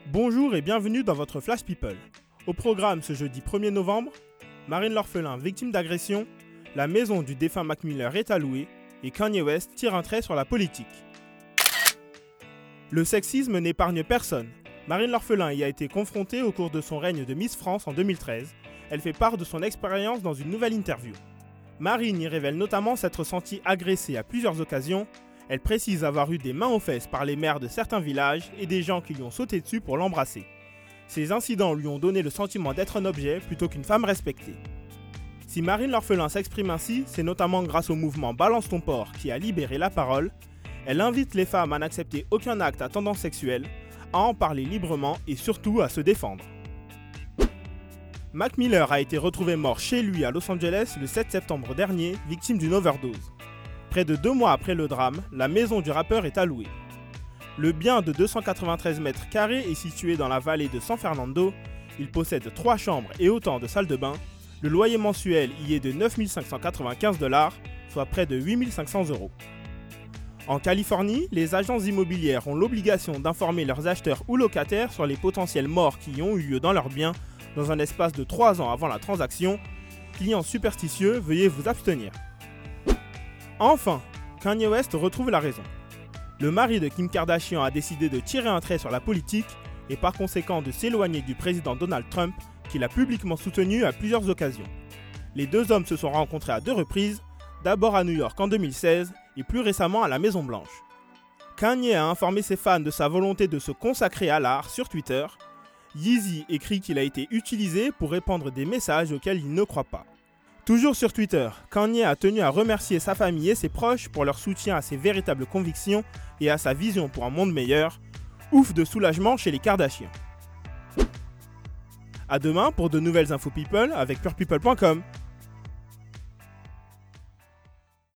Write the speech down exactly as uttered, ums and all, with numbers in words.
Bonjour et bienvenue dans votre Flash People. Au programme ce jeudi premier novembre, Marine l'orphelin victime d'agression, la maison du défunt Mac Miller est à louer et Kanye West tire un trait sur la politique. Le sexisme n'épargne personne. Marine l'orphelin y a été confrontée au cours de son règne de Miss France en deux mille treize. Elle fait part de son expérience dans une nouvelle interview. Marine y révèle notamment s'être sentie agressée à plusieurs occasions. Elle précise avoir eu des mains aux fesses par les maires de certains villages et des gens qui lui ont sauté dessus pour l'embrasser. Ces incidents lui ont donné le sentiment d'être un objet plutôt qu'une femme respectée. Si Marine l'orphelin s'exprime ainsi, c'est notamment grâce au mouvement Balance ton porc qui a libéré la parole. Elle invite les femmes à n'accepter aucun acte à tendance sexuelle, à en parler librement et surtout à se défendre. Mac Miller a été retrouvé mort chez lui à Los Angeles le sept septembre dernier, victime d'une overdose. Près de deux mois après le drame, la maison du rappeur est à louer. Le bien de deux cent quatre-vingt-treize mètres carrés est situé dans la vallée de San Fernando. Il possède trois chambres et autant de salles de bain. Le loyer mensuel y est de neuf mille cinq cent quatre-vingt-quinze dollars, soit près de huit mille cinq cents euros. En Californie, les agences immobilières ont l'obligation d'informer leurs acheteurs ou locataires sur les potentielles morts qui ont eu lieu dans leurs biens dans un espace de trois ans avant la transaction. Clients superstitieux, veuillez vous abstenir. Enfin, Kanye West retrouve la raison. Le mari de Kim Kardashian a décidé de tirer un trait sur la politique et par conséquent de s'éloigner du président Donald Trump, qu'il a publiquement soutenu à plusieurs occasions. Les deux hommes se sont rencontrés à deux reprises, d'abord à New York en deux mille seize et plus récemment à la Maison Blanche. Kanye a informé ses fans de sa volonté de se consacrer à l'art sur Twitter. Yeezy écrit qu'il a été utilisé pour répandre des messages auxquels il ne croit pas. Toujours sur Twitter, Kanye a tenu à remercier sa famille et ses proches pour leur soutien à ses véritables convictions et à sa vision pour un monde meilleur. Ouf de soulagement chez les Kardashians. A demain pour de nouvelles infos people avec pure people point com.